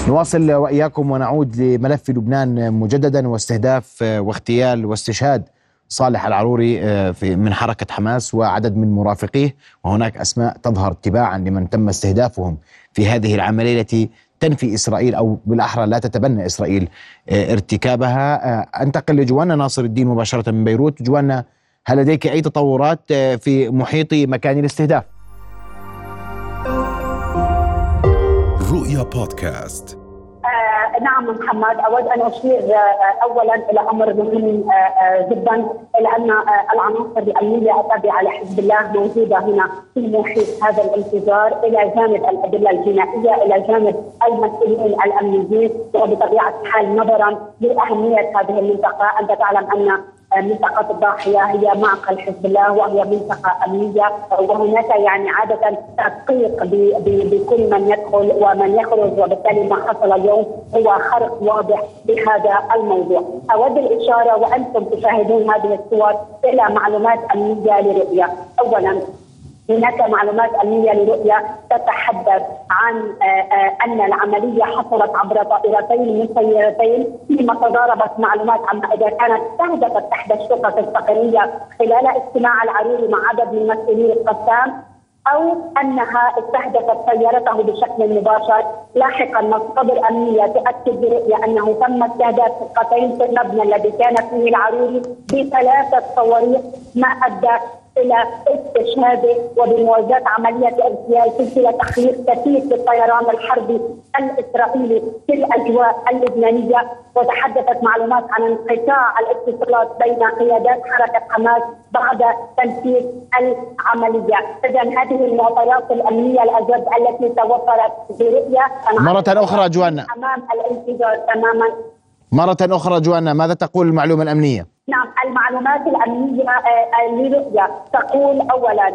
نواصل وإياكم ونعود لملف لبنان مجددا، واستهداف واغتيال واستشهاد صالح العروري من حركة حماس وعدد من مرافقيه، وهناك أسماء تظهر تباعا لمن تم استهدافهم في هذه العملية التي تنفي إسرائيل، أو بالأحرى لا تتبنى إسرائيل ارتكابها. أنتقل لجوانا ناصر الدين مباشرة من بيروت. جوانا، هل لديك أي تطورات في محيط مكان الاستهداف؟ رؤيا بودكاست. نعم محمد، أود أن أشير أولا إلى أمر مهم جدا، إلى أن العناصر الأمنية التابعة لحزب الله موجودة هنا في محيط هذا الانفجار، إلى جانب الأدلة الجنائية، إلى جانب المسؤولين الأمنيين. وبطبيعة الحال نظرا لأهمية هذه المنطقة، أنت تعلم أن منطقة الضاحية هي معقل حزب الله، وهي منطقة أمنية، وهناك يعني عادة تدقيق بكل من يدخل ومن يخرج، وبالتالي ما حصل اليوم هو خرق واضح بهذا الموضوع. أود الإشارة وأنتم تشاهدون هذه الصور إلى معلومات أمنية لرؤيا. أولا، هناك معلومات أمنية لرؤيا تتحدث عن أن العملية حصلت عبر طائرتين مسيرتين، فيما تضاربت معلومات عن إذا كانت استهدفت إحدى الشرطة الصقرية خلال اجتماع العروري مع عدد من مسؤولي القسام، أو أنها استهدفت سيارته بشكل مباشر. لاحقا مصادر أمنية تؤكد برؤية أنه تم استهداف شقتين في المبنى الذي كان فيه العروري ب3 صواريخ، ما أدى إلى استشهاده، وبموازاة عملية اغتيال سلسلة تخليص كثيف للطيران الحربي الإسرائيلي في الأجواء اللبنانية. وتحدثت معلومات عن انقطاع الاتصالات بين قيادات حركة حماس بعد تنفيذ العملية. إذن هذه المعطيات الأمنية الأجد التي توفرت برؤية مرة أخرى جوانا أمام الانفجار تماما. مرة أخرى جوانا، ماذا تقول المعلومة الأمنية؟ نعم، المعلومات الأمنية لرؤيا تقول أولا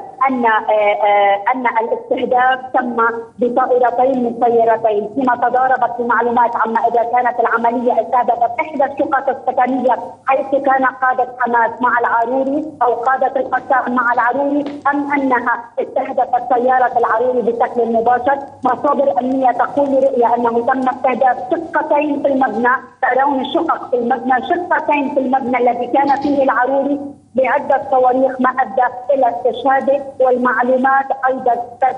أن الاستهداف تم بطائرتين مسيرتين، فيما تضاربت المعلومات عما إذا كانت العملية استهدفت إحدى الشقق السكنية حيث كان قادة حماس مع العروري أو قادة القسام مع العروري، أم أنها استهدفت سيارة العروري بشكل مباشر. مصادر أمنية تقول لرؤيا أنه تم استهداف شقتين في المبنى، ترون الشقق في المبنى، شقتين في المبنى الذي كان فيه العروري بعدة صواريخ، ما أدى إلى استشهاده. والمعلومات أيضا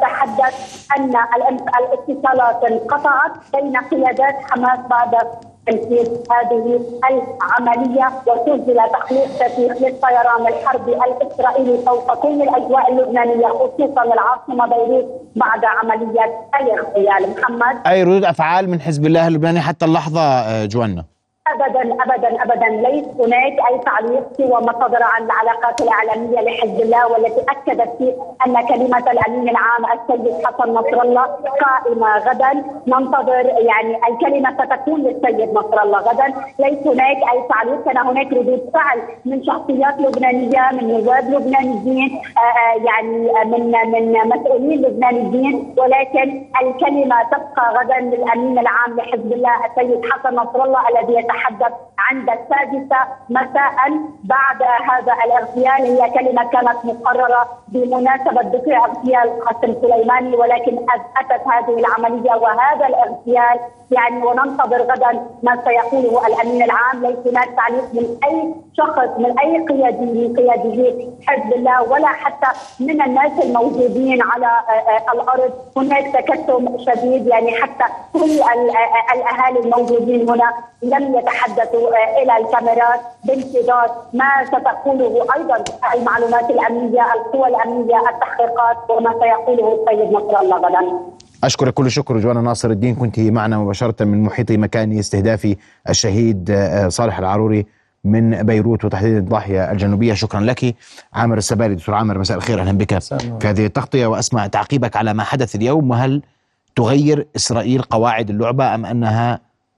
تتحدث أن الاتصالات انقطعت بين قيادات حماس بعد تنفيذ هذه العملية، وسجل تخليص كثير للطيران الحربي الإسرائيلي فوق كل الأجواء اللبنانية، خصوصا العاصمة بيروت بعد عملية الاغتيال. محمد، أي ردود أفعال من حزب الله اللبناني حتى اللحظة جوانا؟ أبدا أبدا أبدا، ليس هناك أي تعليق سوى ما صدر عن العلاقات الإعلامية لحزب الله، والتي أكدت فيه أن كلمة الأمين العام السيد حسن نصر الله قائمة غدا. ننتظر يعني الكلمة ستكون للسيد نصر الله غدا. ليس هناك أي تعليق، كان هناك ردود فعل من شخصيات لبنانية، من نواب لبنانيين، يعني من مسؤولين لبنانيين، ولكن الكلمة تبقى غدا للأمين العام لحزب الله السيد حسن نصر الله، الذي يتحدث عند 6 مساء بعد هذا الاغتيال. هي كلمة كانت مقررة بمناسبة ذكرى اغتيال قاسم سليماني، ولكن أتت هذه العملية وهذا الاغتيال يعني، وننتظر غدا ما سيقوله الأمين العام. ليس هناك تعليق من أي شخص، من أي قيادي من قيادي حزب الله، ولا حتى من الناس الموجودين على الأرض. هناك تكتم شديد، يعني حتى كل الأهالي الموجودين هنا لم يتحدثوا إلى الكاميرات بانتظار ما ستقوله أيضا المعلومات الأمنية، القوى الأمنية، التحقيقات، وما سيقوله السيد نصر الله غدا. أشكرك كل شكر جوانا ناصر الدين، كنت معنا مباشرة من محيط مكان استهداف الشهيد صالح العروري من بيروت وتحديدا الضاحية الجنوبية. شكرا لك. عامر السبالي، دكتور عامر، مساء الخير، أهلا بك في هذه التغطية، وأسمع تعقيبك على ما حدث اليوم. وهل تغير إسرائيل قواعد اللعبة أم أنها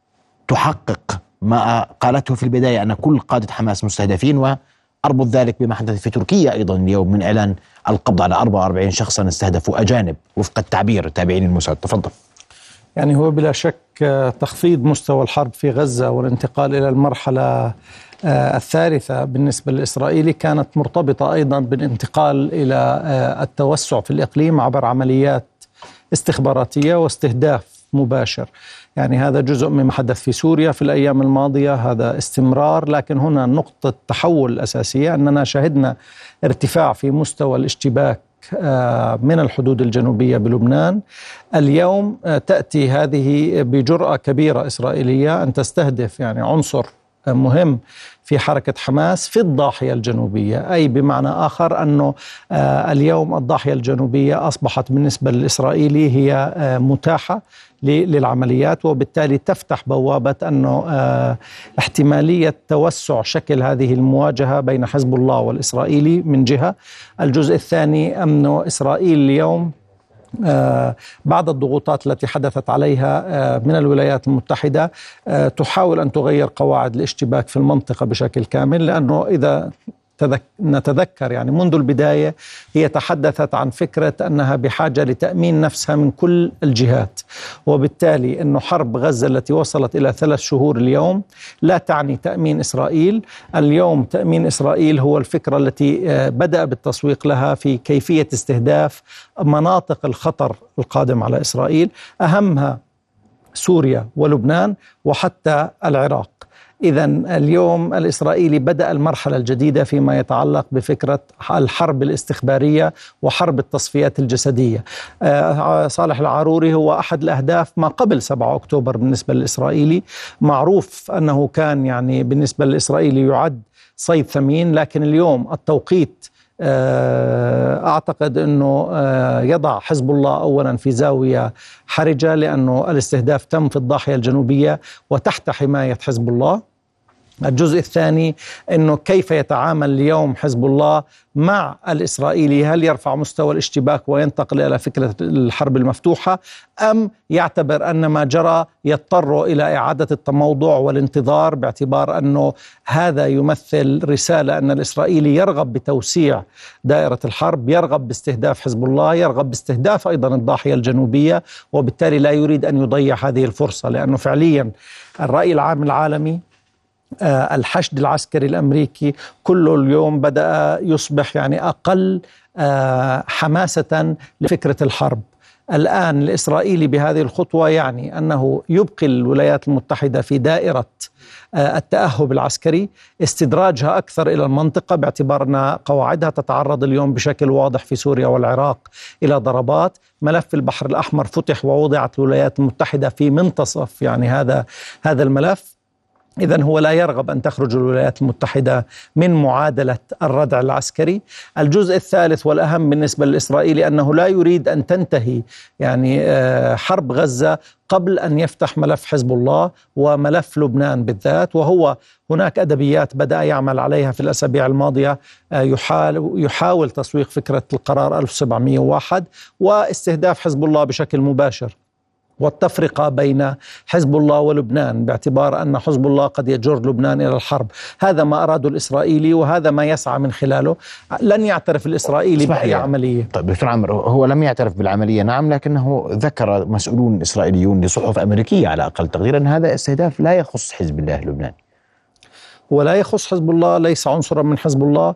تحقق ما قالته في البداية أن كل قادة حماس مستهدفين؟ وأربط ذلك بما حدث في تركيا أيضا اليوم من إعلان القبض على 44 شخصا استهدفوا أجانب وفق التعبير تابعين الموساد. تفضل. يعني هو بلا شك تخفيض مستوى الحرب في غزة والانتقال إلى المرحلة الثالثة بالنسبة لإسرائيل كانت مرتبطة أيضا بالانتقال إلى التوسع في الإقليم عبر عمليات استخباراتية واستهداف مباشر. يعني هذا جزء مما حدث في سوريا في الأيام الماضية، هذا استمرار. لكن هنا نقطة تحول الأساسية أننا شهدنا ارتفاع في مستوى الاشتباك من الحدود الجنوبية بلبنان. اليوم تأتي هذه بجرأة كبيرة إسرائيلية أن تستهدف يعني عنصر مهم في حركة حماس في الضاحية الجنوبية، أي بمعنى آخر أنه اليوم الضاحية الجنوبية أصبحت بالنسبة للإسرائيلي هي متاحة للعمليات، وبالتالي تفتح بوابة أنه احتمالية توسع شكل هذه المواجهة بين حزب الله والإسرائيلي من جهة. الجزء الثاني أنه إسرائيل اليوم بعد الضغوطات التي حدثت عليها من الولايات المتحدة تحاول أن تغير قواعد الاشتباك في المنطقة بشكل كامل، لأنه إذا نتذكر يعني منذ البداية هي تحدثت عن فكرة أنها بحاجة لتأمين نفسها من كل الجهات، وبالتالي أنه حرب غزة التي وصلت إلى 3 شهور اليوم لا تعني تأمين إسرائيل. اليوم تأمين إسرائيل هو الفكرة التي بدأ بالتسويق لها في كيفية استهداف مناطق الخطر القادم على إسرائيل، أهمها سوريا ولبنان وحتى العراق. إذن اليوم الإسرائيلي بدأ المرحلة الجديدة فيما يتعلق بفكرة الحرب الاستخبارية وحرب التصفيات الجسدية. صالح العاروري هو أحد الأهداف ما قبل 7 أكتوبر بالنسبة للإسرائيلي. معروف أنه كان يعني بالنسبة للإسرائيلي يعد صيد ثمين، لكن اليوم التوقيت أعتقد أنه يضع حزب الله أولا في زاوية حرجة، لأنه الاستهداف تم في الضاحية الجنوبية وتحت حماية حزب الله. الجزء الثاني أنه كيف يتعامل اليوم حزب الله مع الإسرائيلي، هل يرفع مستوى الاشتباك وينتقل إلى فكرة الحرب المفتوحة، أم يعتبر أن ما جرى يضطر إلى إعادة التموضع والانتظار، باعتبار أنه هذا يمثل رسالة أن الإسرائيلي يرغب بتوسيع دائرة الحرب، يرغب باستهداف حزب الله، يرغب باستهداف أيضا الضاحية الجنوبية، وبالتالي لا يريد أن يضيع هذه الفرصة، لأنه فعليا الرأي العام العالمي الحشد العسكري الأمريكي كله اليوم بدأ يصبح يعني أقل حماسة لفكرة الحرب. الآن الإسرائيلي بهذه الخطوة يعني أنه يبقي الولايات المتحدة في دائرة التأهب العسكري، استدراجها أكثر إلى المنطقة، باعتبار أن قواعدها تتعرض اليوم بشكل واضح في سوريا والعراق إلى ضربات. ملف البحر الأحمر فتح ووضعت الولايات المتحدة في منتصف يعني هذا الملف. إذن هو لا يرغب أن تخرج الولايات المتحدة من معادلة الردع العسكري. الجزء الثالث والأهم بالنسبة للإسرائيل أنه لا يريد أن تنتهي يعني حرب غزة قبل أن يفتح ملف حزب الله وملف لبنان بالذات، وهو هناك أدبيات بدأ يعمل عليها في الأسابيع الماضية، يحاول تسويق فكرة القرار 1701 واستهداف حزب الله بشكل مباشر، والتفرقة بين حزب الله ولبنان، باعتبار أن حزب الله قد يجر لبنان إلى الحرب. هذا ما أراده الإسرائيلي وهذا ما يسعى من خلاله. لن يعترف الإسرائيلي بأي عملية. طيب دكتور عامر، هو لم يعترف بالعملية نعم، لكنه ذكر مسؤولون إسرائيليون لصحف أمريكية على أقل تقدير أن هذا استهداف لا يخص حزب الله اللبناني ولا يخص حزب الله، ليس عنصرا من حزب الله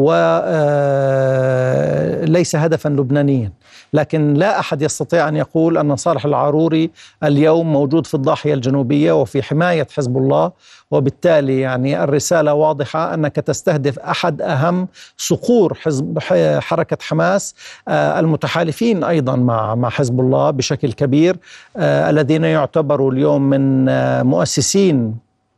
وليس هدفا لبنانيا. لكن لا أحد يستطيع أن يقول أن صالح العاروري اليوم موجود في الضاحية الجنوبية وفي حماية حزب الله، وبالتالي يعني الرسالة واضحة أنك تستهدف أحد أهم صقور حركة حماس، المتحالفين أيضا مع حزب الله بشكل كبير، الذين يعتبروا اليوم من مؤسسين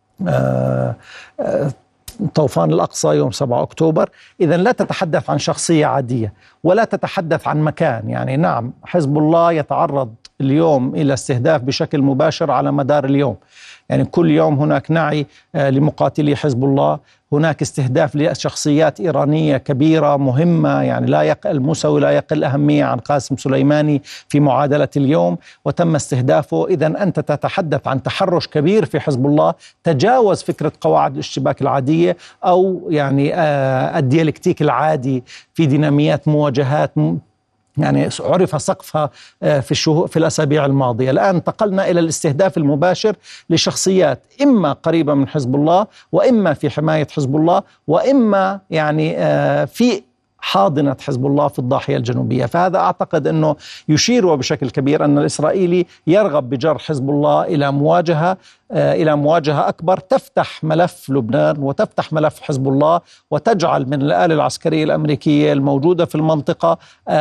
طوفان الأقصى يوم 7 أكتوبر. إذن لا تتحدث عن شخصية عادية ولا تتحدث عن مكان. يعني نعم حزب الله يتعرض اليوم إلى استهداف بشكل مباشر على مدار اليوم، يعني كل يوم هناك نعي لمقاتلي حزب الله، هناك استهداف لشخصيات إيرانية كبيرة مهمة، يعني لا يقل موسوي لا يقل أهمية عن قاسم سليماني في معادلة اليوم وتم استهدافه. إذن أنت تتحدث عن تحرش كبير في حزب الله تجاوز فكرة قواعد الاشتباك العادية أو يعني الديالكتيك العادي في ديناميات مواجهات يعني عرف سقفها في الأسابيع الماضية. الآن انتقلنا إلى الاستهداف المباشر لشخصيات إما قريبة من حزب الله وإما في حماية حزب الله وإما يعني في حاضنة حزب الله في الضاحية الجنوبية. فهذا أعتقد أنه يشير بشكل كبير أن الإسرائيلي يرغب بجر حزب الله إلى مواجهة أكبر تفتح ملف لبنان وتفتح ملف حزب الله وتجعل من الآلة العسكرية الأمريكية الموجودة في المنطقة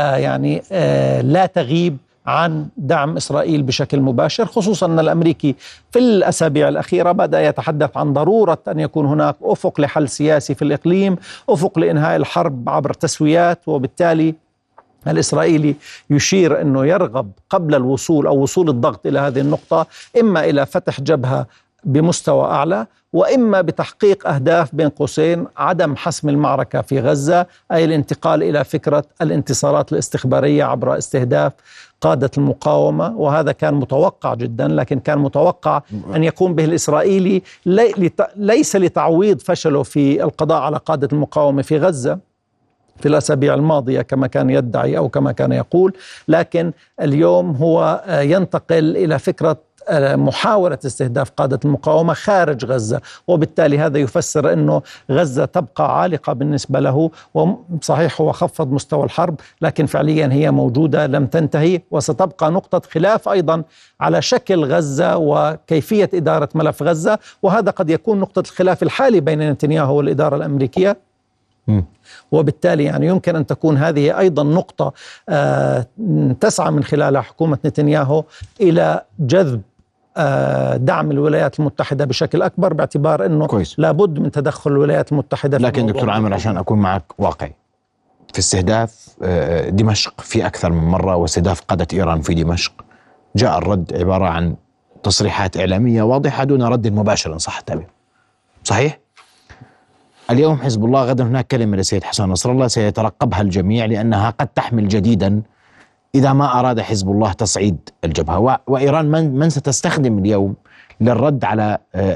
لا تغيب عن دعم إسرائيل بشكل مباشر، خصوصا أن الأمريكي في الأسابيع الأخيرة بدأ يتحدث عن ضرورة أن يكون هناك أفق لحل سياسي في الإقليم، أفق لإنهاء الحرب عبر تسويات. وبالتالي الإسرائيلي يشير أنه يرغب قبل الوصول أو وصول الضغط إلى هذه النقطة إما إلى فتح جبهة بمستوى أعلى، وإما بتحقيق أهداف بين قوسين عدم حسم المعركة في غزة، أي الانتقال إلى فكرة الانتصارات الاستخبارية عبر استهداف قادة المقاومة. وهذا كان متوقع جدا، لكن كان متوقع أن يقوم به الإسرائيلي ليس لتعويض فشله في القضاء على قادة المقاومة في غزة في الأسابيع الماضية كما كان يدعي أو كما كان يقول، لكن اليوم هو ينتقل إلى فكرة محاولة استهداف قادة المقاومة خارج غزة. وبالتالي هذا يفسر أنه غزة تبقى عالقة بالنسبة له، وصحيح هو خفض مستوى الحرب لكن فعليا هي موجودة لم تنتهي، وستبقى نقطة خلاف أيضا على شكل غزة وكيفية إدارة ملف غزة. وهذا قد يكون نقطة الخلاف الحالي بين نتنياهو والإدارة الأمريكية. وبالتالي يمكن أن تكون هذه أيضا نقطة تسعى من خلالها حكومة نتنياهو إلى جذب دعم الولايات المتحدة بشكل أكبر، باعتبار أنه كويس. لابد من تدخل الولايات المتحدة. لكن دكتور عامر، عشان أكون معك واقعي، في استهداف دمشق في أكثر من مرة واستهداف قادة إيران في دمشق، جاء الرد عبارة عن تصريحات إعلامية واضحة دون رد مباشر إن صح التعبير. صحيح؟ اليوم حزب الله، غدا هناك كلمة للسيد حسن نصر الله سيترقبها الجميع لأنها قد تحمل جديدا إذا ما أراد حزب الله تصعيد الجبهة. وإيران من ستستخدم اليوم للرد على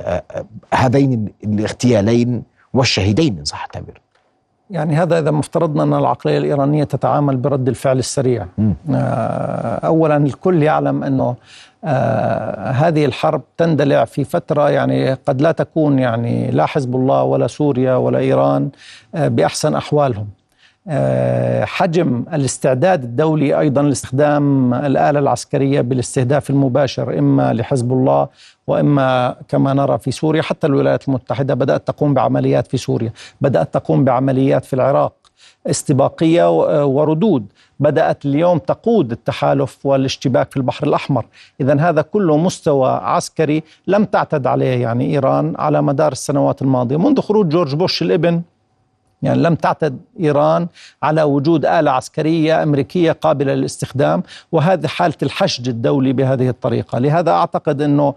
هذين الاغتيالين والشهيدين إن صح التعبير؟ هذا إذا مفترضنا أن العقلية الإيرانية تتعامل برد الفعل السريع. أولا الكل يعلم أنه هذه الحرب تندلع في فترة قد لا تكون لا حزب الله ولا سوريا ولا إيران بأحسن أحوالهم. حجم الاستعداد الدولي أيضا لاستخدام الآلة العسكرية بالاستهداف المباشر إما لحزب الله وإما كما نرى في سوريا. حتى الولايات المتحدة بدأت تقوم بعمليات في سوريا، بدأت تقوم بعمليات في العراق استباقية وردود، بدأت اليوم تقود التحالف والاشتباك في البحر الأحمر. إذن هذا كله مستوى عسكري لم تعتد عليه إيران على مدار السنوات الماضية منذ خروج جورج بوش الابن. لم تعتد إيران على وجود آلة عسكرية أمريكية قابلة للاستخدام، وهذه حالة الحشد الدولي بهذه الطريقة. لهذا أعتقد أنه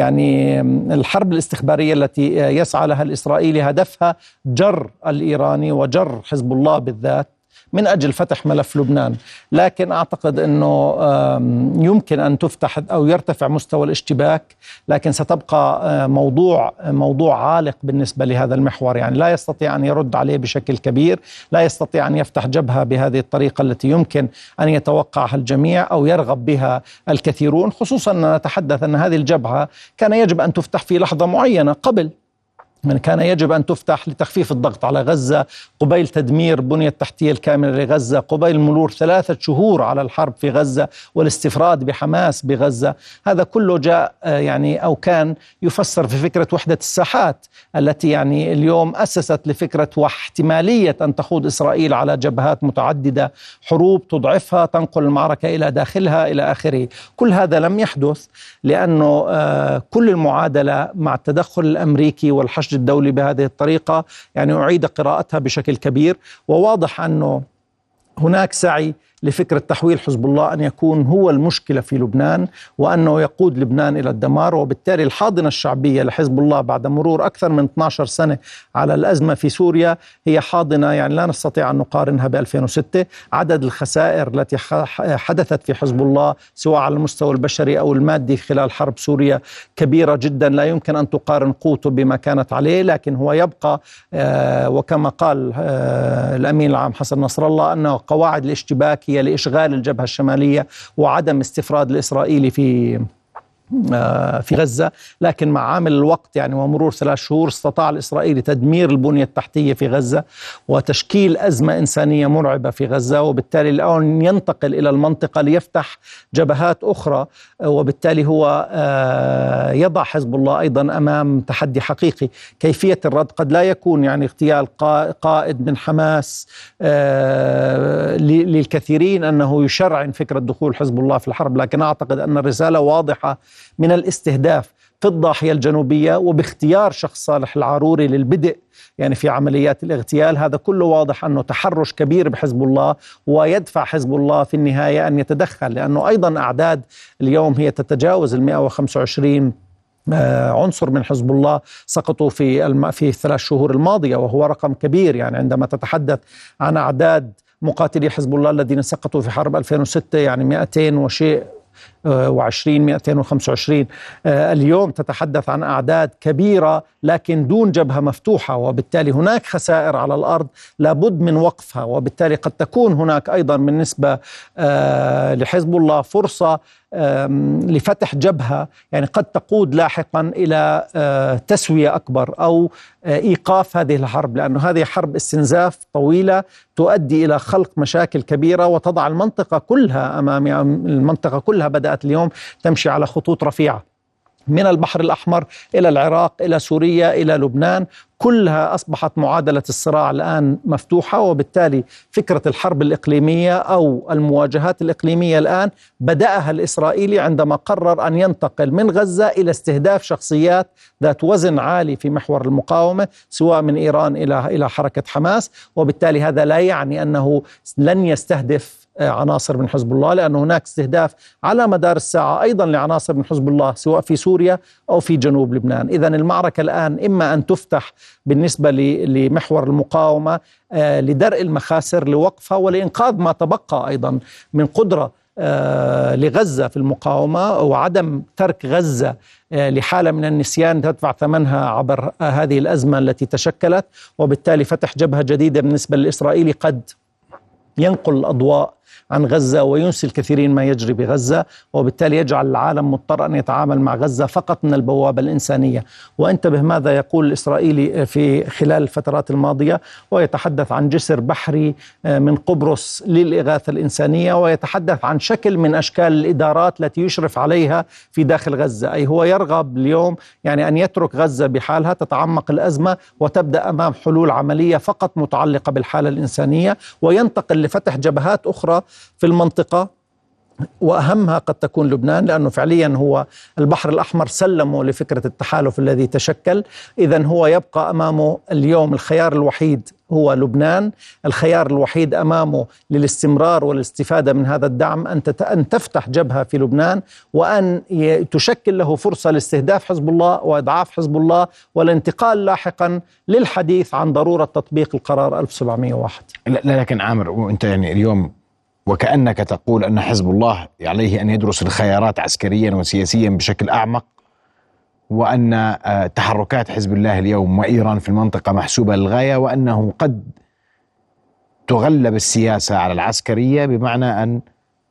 الحرب الاستخبارية التي يسعى لها الإسرائيلي هدفها جر الإيراني وجر حزب الله بالذات من أجل فتح ملف لبنان. لكن أعتقد أنه يمكن أن تفتح أو يرتفع مستوى الاشتباك، لكن ستبقى موضوع عالق بالنسبة لهذا المحور. لا يستطيع أن يرد عليه بشكل كبير، لا يستطيع أن يفتح جبهة بهذه الطريقة التي يمكن أن يتوقعها الجميع أو يرغب بها الكثيرون، خصوصا أن نتحدث أن هذه الجبهة كان يجب أن تفتح في لحظة معينة قبل، كان يجب أن تفتح لتخفيف الضغط على غزة قبيل تدمير بنية التحتية الكاملة لغزة، قبيل مرور 3 شهور على الحرب في غزة والاستفراد بحماس بغزة. هذا كله جاء أو كان يفسر في فكرة وحدة الساحات التي اليوم أسست لفكرة واحتمالية أن تخوض إسرائيل على جبهات متعددة حروب تضعفها، تنقل المعركة إلى داخلها إلى آخره. كل هذا لم يحدث لأنه كل المعادلة مع التدخل الأمريكي والحشد الدولي بهذه الطريقة أعيد قراءتها بشكل كبير. وواضح أنه هناك سعي لفكرة تحويل حزب الله أن يكون هو المشكلة في لبنان، وأنه يقود لبنان إلى الدمار. وبالتالي الحاضنة الشعبية لحزب الله بعد مرور أكثر من 12 سنة على الأزمة في سوريا هي حاضنة لا نستطيع أن نقارنها ب2006. عدد الخسائر التي حدثت في حزب الله سواء على المستوى البشري أو المادي خلال حرب سوريا كبيرة جدا، لا يمكن أن تقارن قوته بما كانت عليه. لكن هو يبقى وكما قال الأمين العام حسن نصر الله أنه قواعد الاشتباك هي لإشغال الجبهة الشمالية وعدم استفراد الإسرائيلي في غزة، لكن مع عامل الوقت يعني ومرور 3 شهور استطاع الإسرائيلي تدمير البنية التحتية في غزة وتشكيل أزمة إنسانية مرعبة في غزة، وبالتالي الآن ينتقل إلى المنطقة ليفتح جبهات أخرى، وبالتالي هو يضع حزب الله أيضا أمام تحدي حقيقي. كيفية الرد قد لا يكون يعني اغتيال قائد من حماس، للكثيرين أنه يشرعن فكرة دخول حزب الله في الحرب، لكن أعتقد أن الرسالة واضحة من الاستهداف في الضاحية الجنوبية وباختيار شخص صالح العاروري للبدء يعني في عمليات الاغتيال. هذا كله واضح أنه تحرش كبير بحزب الله، ويدفع حزب الله في النهاية أن يتدخل، لأنه أيضا أعداد اليوم هي تتجاوز 125 عنصر من حزب الله سقطوا في 3 شهور الماضية، وهو رقم كبير. يعني عندما تتحدث عن أعداد مقاتلي حزب الله الذين سقطوا في حرب 2006 يعني 200 وشيء و20 225، اليوم تتحدث عن أعداد كبيرة لكن دون جبهة مفتوحة، وبالتالي هناك خسائر على الأرض لابد من وقفها. وبالتالي قد تكون هناك أيضا بالنسبة لحزب الله فرصة لفتح جبهة يعني قد تقود لاحقا إلى تسوية أكبر أو إيقاف هذه الحرب، لأنه هذه حرب استنزاف طويلة تؤدي إلى خلق مشاكل كبيرة وتضع المنطقة كلها المنطقة كلها بدأت اليوم تمشي على خطوط رفيعة من البحر الأحمر إلى العراق إلى سوريا إلى لبنان، كلها أصبحت معادلة الصراع الآن مفتوحة. وبالتالي فكرة الحرب الإقليمية أو المواجهات الإقليمية الآن بدأها الإسرائيلي عندما قرر أن ينتقل من غزة إلى استهداف شخصيات ذات وزن عالي في محور المقاومة، سواء من إيران إلى حركة حماس. وبالتالي هذا لا يعني أنه لن يستهدف عناصر من حزب الله، لأن هناك استهداف على مدار الساعة أيضا لعناصر من حزب الله سواء في سوريا أو في جنوب لبنان. إذن المعركة الآن إما أن تفتح بالنسبة لمحور المقاومة لدرء المخاسر لوقفها ولإنقاذ ما تبقى أيضا من قدرة لغزة في المقاومة، وعدم ترك غزة لحالة من النسيان تدفع ثمنها عبر هذه الأزمة التي تشكلت. وبالتالي فتح جبهة جديدة بالنسبة للإسرائيلي قد ينقل الأضواء عن غزة وينسي الكثيرين ما يجري بغزة، وبالتالي يجعل العالم مضطر أن يتعامل مع غزة فقط من البوابة الإنسانية. وانتبه ماذا يقول الإسرائيلي في خلال الفترات الماضية، ويتحدث عن جسر بحري من قبرص للإغاثة الإنسانية، ويتحدث عن شكل من أشكال الإدارات التي يشرف عليها في داخل غزة. أي هو يرغب اليوم يعني أن يترك غزة بحالها تتعمق الأزمة وتبدأ أمام حلول عملية فقط متعلقة بالحالة الإنسانية، وينتقل لفتح جبهات أخرى في المنطقة، وأهمها قد تكون لبنان، لأنه فعليا هو البحر الأحمر سلمه لفكرة التحالف الذي تشكل. إذن هو يبقى أمامه اليوم الخيار الوحيد هو لبنان، الخيار الوحيد أمامه للاستمرار والاستفادة من هذا الدعم أن تفتح جبهة في لبنان، وأن تشكل له فرصة لاستهداف حزب الله وإضعاف حزب الله والانتقال لاحقا للحديث عن ضرورة تطبيق القرار 1701. لكن عامر، وأنت يعني اليوم وكأنك تقول أن حزب الله عليه أن يدرس الخيارات عسكريا وسياسيا بشكل أعمق، وأن تحركات حزب الله اليوم وإيران في المنطقة محسوبة للغاية، وأنه قد تغلب السياسة على العسكرية بمعنى أن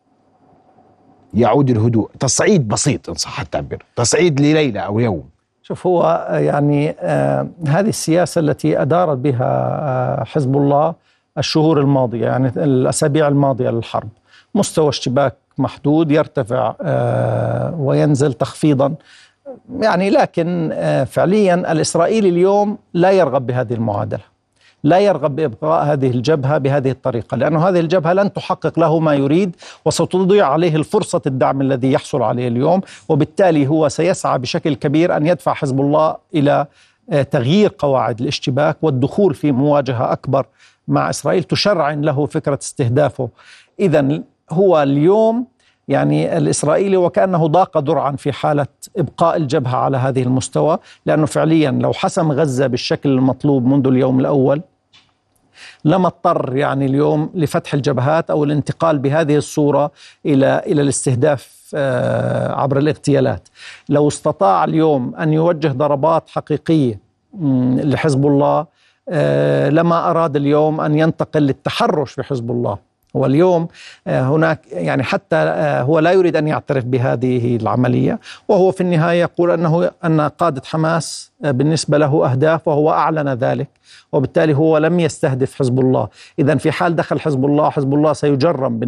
يعود الهدوء. تصعيد بسيط إن صح التعبير، تصعيد لليلة أو يوم. شوف، هو يعني هذه السياسة التي أدارت بها حزب الله الشهور الماضية، يعني الأسابيع الماضية للحرب، مستوى اشتباك محدود يرتفع وينزل تخفيضا يعني، لكن فعليا الإسرائيلي اليوم لا يرغب بهذه المعادلة، لا يرغب بإبقاء هذه الجبهة بهذه الطريقة، لأنه هذه الجبهة لن تحقق له ما يريد وستضيع عليه الفرصة الدعم الذي يحصل عليه اليوم. وبالتالي هو سيسعى بشكل كبير أن يدفع حزب الله إلى تغيير قواعد الاشتباك والدخول في مواجهة أكبر مع إسرائيل تشرعن له فكرة استهدافه. إذن هو اليوم يعني الإسرائيلي وكأنه ضاق ذرعا في حالة إبقاء الجبهة على هذه المستوى، لأنه فعليا لو حسم غزة بالشكل المطلوب منذ اليوم الأول لما اضطر يعني اليوم لفتح الجبهات أو الانتقال بهذه الصورة إلى الاستهداف عبر الاغتيالات. لو استطاع اليوم أن يوجه ضربات حقيقية لحزب الله لما أراد اليوم أن ينتقل للتحرش في حزب الله واليوم هناك يعني حتى هو لا يريد أن يعترف بهذه العملية، وهو في النهاية يقول أن قادة حماس بالنسبة له أهداف، وهو أعلن ذلك، وبالتالي هو لم يستهدف حزب الله. إذن في حال دخل حزب الله سيجرم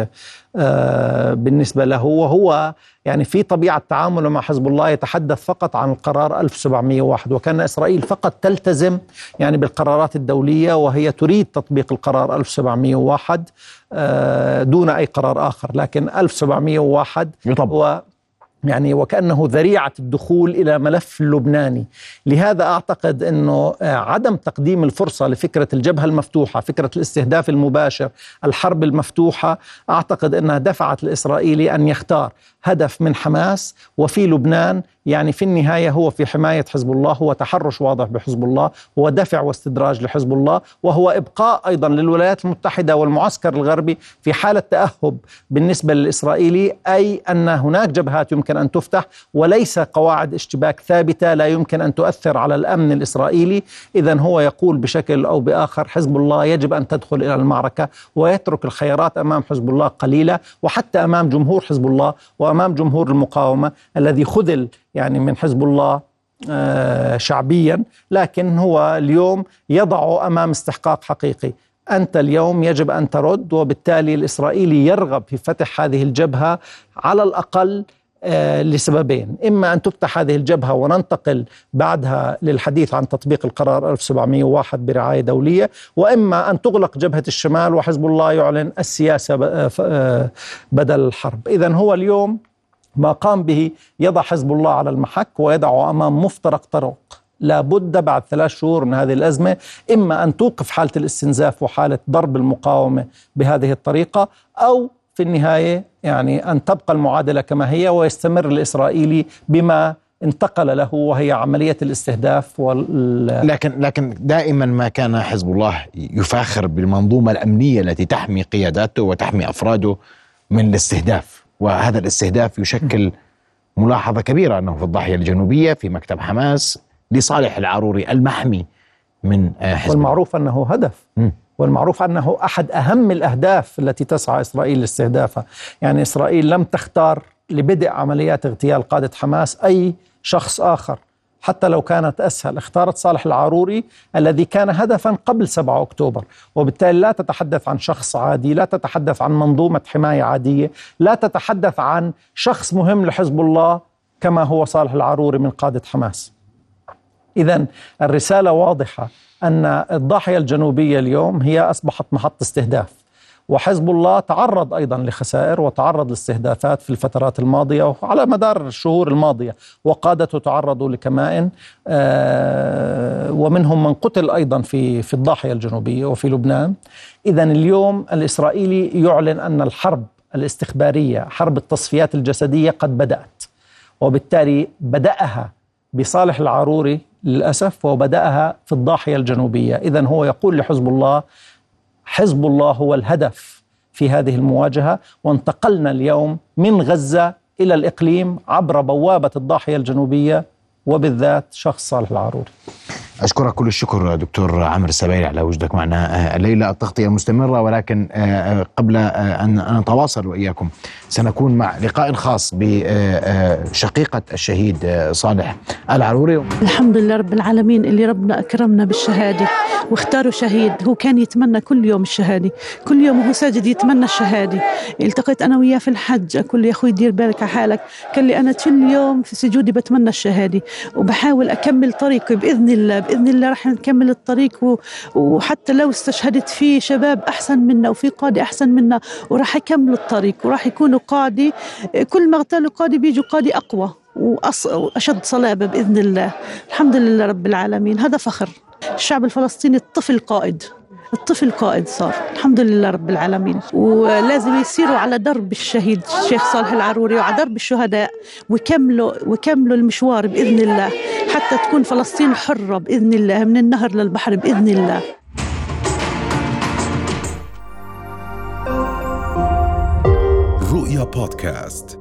بالنسبة له. وهو يعني في طبيعة تعامله مع حزب الله يتحدث فقط عن القرار 1701، وكان إسرائيل فقط تلتزم يعني بالقرارات الدولية، وهي تريد تطبيق القرار 1701 دون أي قرار آخر، لكن 1701 هو يعني وكأنه ذريعة الدخول إلى ملف اللبناني. لهذا أعتقد أنه عدم تقديم الفرصة لفكرة الجبهة المفتوحة، فكرة الاستهداف المباشر، الحرب المفتوحة، أعتقد أنها دفعت الإسرائيلي أن يختار هدف من حماس وفي لبنان. يعني في النهاية هو في حماية حزب الله، هو تحرش واضح بحزب الله، هو دفع واستدراج لحزب الله، وهو إبقاء أيضا للولايات المتحدة والمعسكر الغربي في حالة تأهب بالنسبة للإسرائيلي، أي أن هناك جبهات يمكن أن تفتح وليس قواعد اشتباك ثابتة لا يمكن أن تؤثر على الأمن الإسرائيلي. إذن هو يقول بشكل أو بآخر حزب الله يجب أن تدخل إلى المعركة، ويترك الخيارات أمام حزب الله قليلة، وحتى أمام جمهور حزب الله وأمام جمهور المقاومة الذي خذل يعني من حزب الله شعبيا، لكن هو اليوم يضع أمام استحقاق حقيقي. أنت اليوم يجب أن ترد، وبالتالي الإسرائيلي يرغب في فتح هذه الجبهة على الأقل لسببين: إما أن تفتح هذه الجبهة وننتقل بعدها للحديث عن تطبيق القرار 1701 برعاية دولية، وإما أن تغلق جبهة الشمال وحزب الله يعلن السياسة بدل الحرب. إذن هو اليوم ما قام به يضع حزب الله على المحك ويضعه أمام مفترق طرق. لا بد بعد 3 شهور من هذه الأزمة إما أن توقف حالة الاستنزاف وحالة ضرب المقاومة بهذه الطريقة، أو في النهاية يعني أن تبقى المعادلة كما هي ويستمر الإسرائيلي بما انتقل له، وهي عملية الاستهداف لكن دائما ما كان حزب الله يفاخر بالمنظومة الأمنية التي تحمي قياداته وتحمي أفراده من الاستهداف، وهذا الاستهداف يشكل ملاحظة كبيرة أنه في الضاحية الجنوبية في مكتب حماس لصالح العروري المحمي من حزب، والمعروف أنه هدف، والمعروف أنه أحد أهم الأهداف التي تسعى إسرائيل لاستهدافها. يعني إسرائيل لم تختار لبدء عمليات اغتيال قادة حماس أي شخص آخر حتى لو كانت أسهل، اختارت صالح العروري الذي كان هدفا قبل 7 أكتوبر، وبالتالي لا تتحدث عن شخص عادي، لا تتحدث عن منظومة حماية عادية، لا تتحدث عن شخص مهم لحزب الله كما هو صالح العروري من قادة حماس. إذن الرسالة واضحة أن الضاحية الجنوبية اليوم هي أصبحت محط استهداف، وحزب الله تعرض أيضا لخسائر وتعرض لاستهدافات في الفترات الماضية وعلى مدار الشهور الماضية، وقادته تعرضوا لكمائن ومنهم من قتل أيضا في الضاحية الجنوبية وفي لبنان. إذن اليوم الإسرائيلي يعلن أن الحرب الاستخبارية، حرب التصفيات الجسدية قد بدأت، وبالتالي بدأها بصالح العروري للأسف، وبدأها في الضاحية الجنوبية. إذن هو يقول لحزب الله حزب الله هو الهدف في هذه المواجهة، وانتقلنا اليوم من غزة إلى الإقليم عبر بوابة الضاحية الجنوبية وبالذات شخص صالح العروري. أشكرك كل الشكر دكتور عامر السبايلي على وجودك معنا الليلة. التغطية مستمرة، ولكن قبل أن نتواصل وإياكم سنكون مع لقاء خاص بشقيقة الشهيد صالح العروري. الحمد لله رب العالمين اللي ربنا أكرمنا بالشهادة واختاروا شهيد. هو كان يتمنى كل يوم الشهادة، كل يوم وهو ساجد يتمنى الشهادة. التقيت أنا وياه في الحج، أقول له يا أخوي دير بالك على حالك، قال لي أنا كل يوم في سجودي بتمنى الشهادة وبحاول أكمل طريقي بإذن الله. بإذن الله رح نكمل الطريق، وحتى لو استشهدت فيه شباب أحسن منا وفي قادة أحسن منا وراح يكملوا الطريق وراح يكونوا قادة. كل ما اغتالوا قادة بيجوا قادة أقوى وأشد صلابة بإذن الله. الحمد لله رب العالمين. هذا فخر الشعب الفلسطيني. الطفل قائد، الطفل قائد صار، الحمد لله رب العالمين. ولازم يسيروا على درب الشهيد الشيخ صالح العروري وعلى درب الشهداء ويكملوا المشوار بإذن الله حتى تكون فلسطين حرة بإذن الله من النهر للبحر بإذن الله. رؤيا بودكاست.